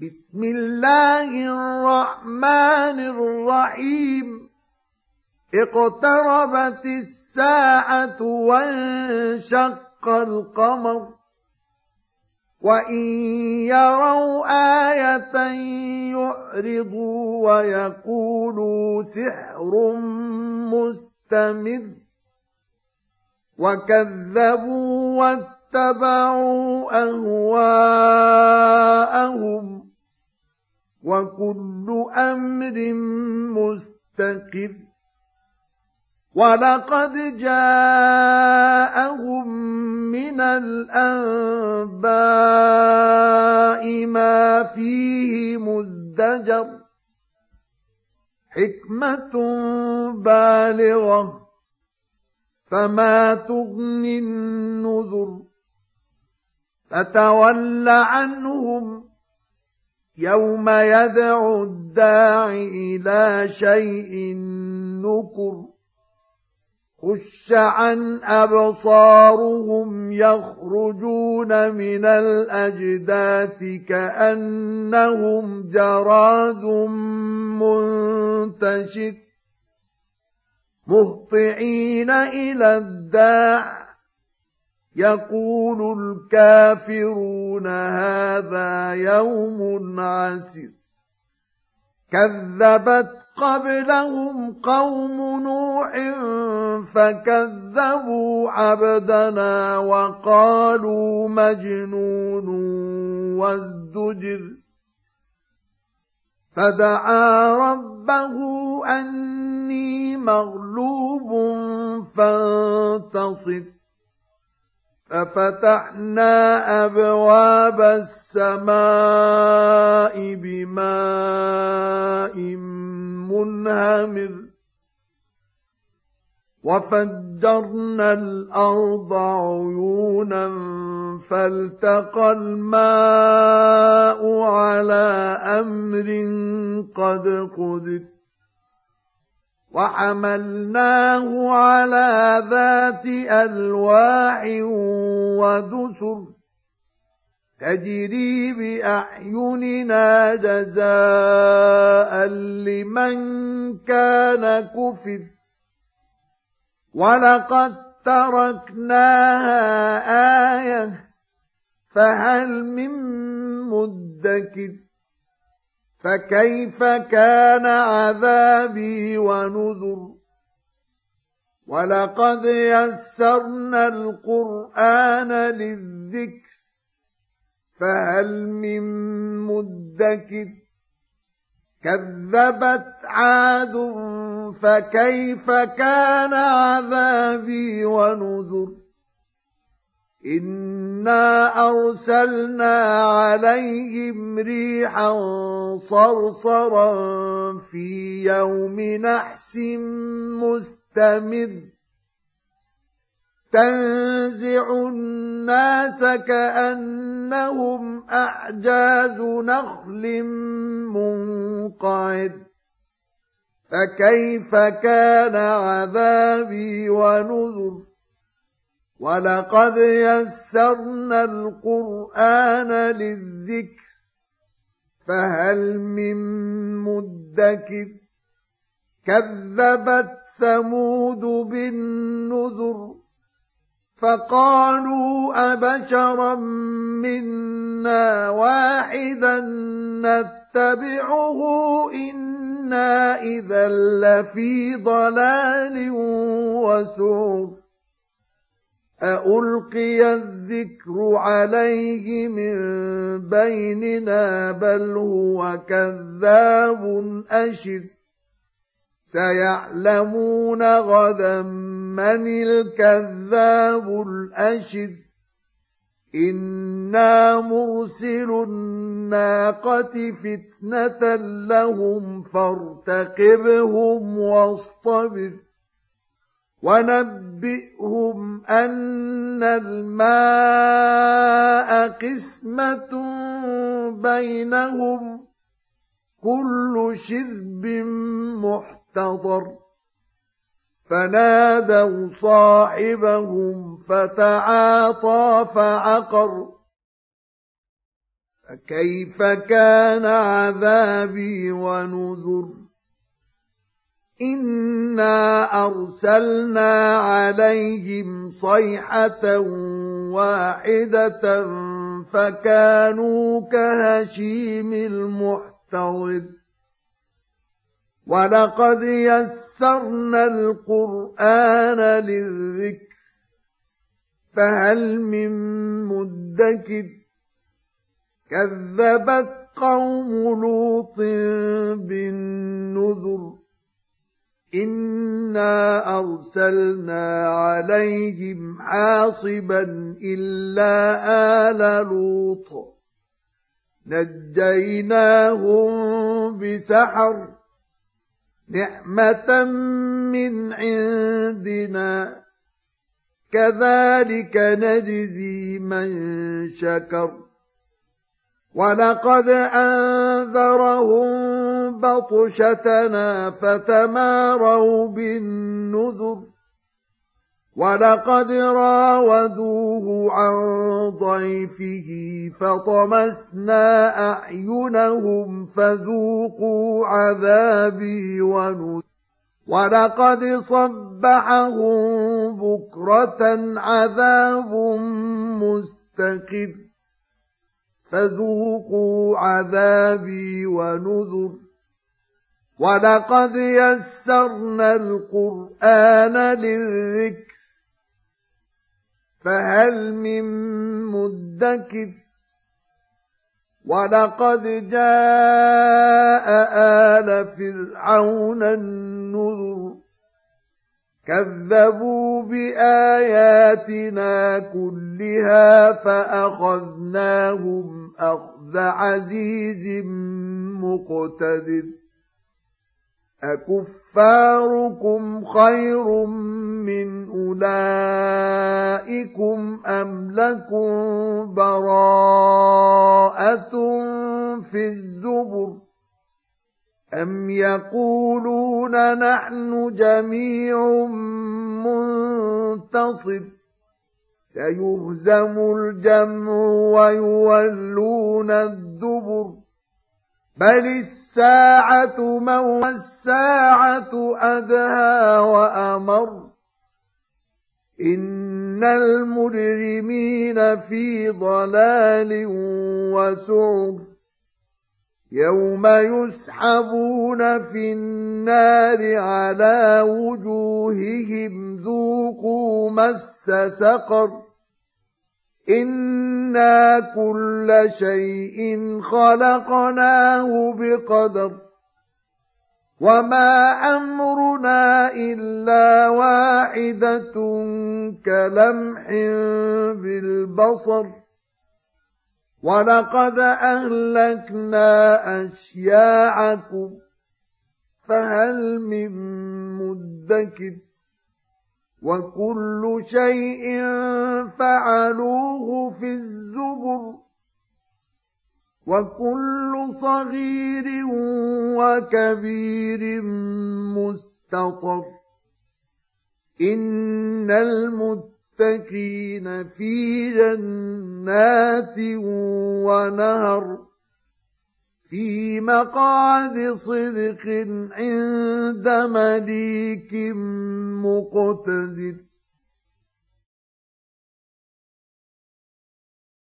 بسم الله الرحمن الرحيم اقتربت الساعة وانشق القمر وإن يروا آية يعرضوا ويقولوا سحر مستمر وكذبوا واتبعوا أهواءهم وكل أمر مستقر ولقد جاءهم من الأنباء ما فيه مزدجر حكمة بالغة فما تغني النذر فتول عنهم يوم يدعو الداع إلى شيء نكر خش عن أبصارهم يخرجون من الأجداث كأنهم جراد منتشر مهطعين إلى الداع يقول الكافرون هذا يوم عسر كذبت قبلهم قوم نوح فكذبوا عبدنا وقالوا مجنون وازدجر فدعا ربه أني مغلوب فانتصر ففتحنا أبواب السماء بماء منهمر وفجرنا الأرض عيونا فالتقى الماء على أمر قد قدر وحملناه على ذات ألواح ودسر تجري بأعيننا جزاء لمن كان كفر ولقد تركناها آية فهل من مدكر فكيف كان عذابي ونذر ولقد يسرنا القرآن للذكر فهل من مدكر كذبت عاد فكيف كان عذابي ونذر إنا أرسلنا عليهم ريحا صرصرا في يوم نحس مستمر تنزع الناس كأنهم أعجاز نخل منقعر فكيف كان عذابي ونذر ولقد يسرنا القرآن للذكر فهل من مدكر كذبت ثمود بالنذر فقالوا أبشرا منا واحدا نتبعه إنا إذا لفي ضلال وسعر أألقي الذكر عليه من بيننا بل هو كذاب أشر سيعلمون غدا من الكذاب الأشر إنا مرسل الناقة فتنة لهم فارتقبهم واصطبر ونبئهم أن الماء قسمة بينهم كل شرب محتضر فنادوا صاحبهم فتعاطى فعقر فكيف كان عذابي ونذر إنا أرسلنا عليهم صيحة واحدة فكانوا كهشيم المحتضر ولقد يسرنا القرآن للذكر فهل من مدكر كذبت قوم لوط بالنذر إنا أرسلنا عليهم حاصبا إلا آل لوط نجيناهم بسحر نعمة من عندنا كذلك نجزي من شكر ولقد أنذرهم بطشتنا فتماروا بالنذر ولقد راودوه عن ضيفه فطمسنا أعينهم فذوقوا عذابي ونذر ولقد صبحهم بكرة عذاب مستقر فذوقوا عذابي ونذر ولقد يسرنا القرآن للذكر فهل من مدكر ولقد جاء آل فرعون النذر كذبوا بآياتنا كلها فأخذناهم أخذ عزيز مقتدر أكفاركم خير من أولئكم أم لكم براءة في الزبر أم يقولون نحن جميع منتصر سيهزم الجمع ويولون الدبر بل الساعة الساعة أدهى وأمر إن المجرمين في ضلال وسعر يوم يسحبون في النار على وجوههم ذوقوا مس سقر إنا كل شيء خلقناه بقدر وما أمرنا إلا واحدة كلمح بالبصر ولقد أهلكنا أشياعكم فهل من مدكر وكل شيء فعلوه في الزبر وكل صغير وكبير مستطر إن المتقين في جنات ونهر في مقعد صدق عند مليك مقتدر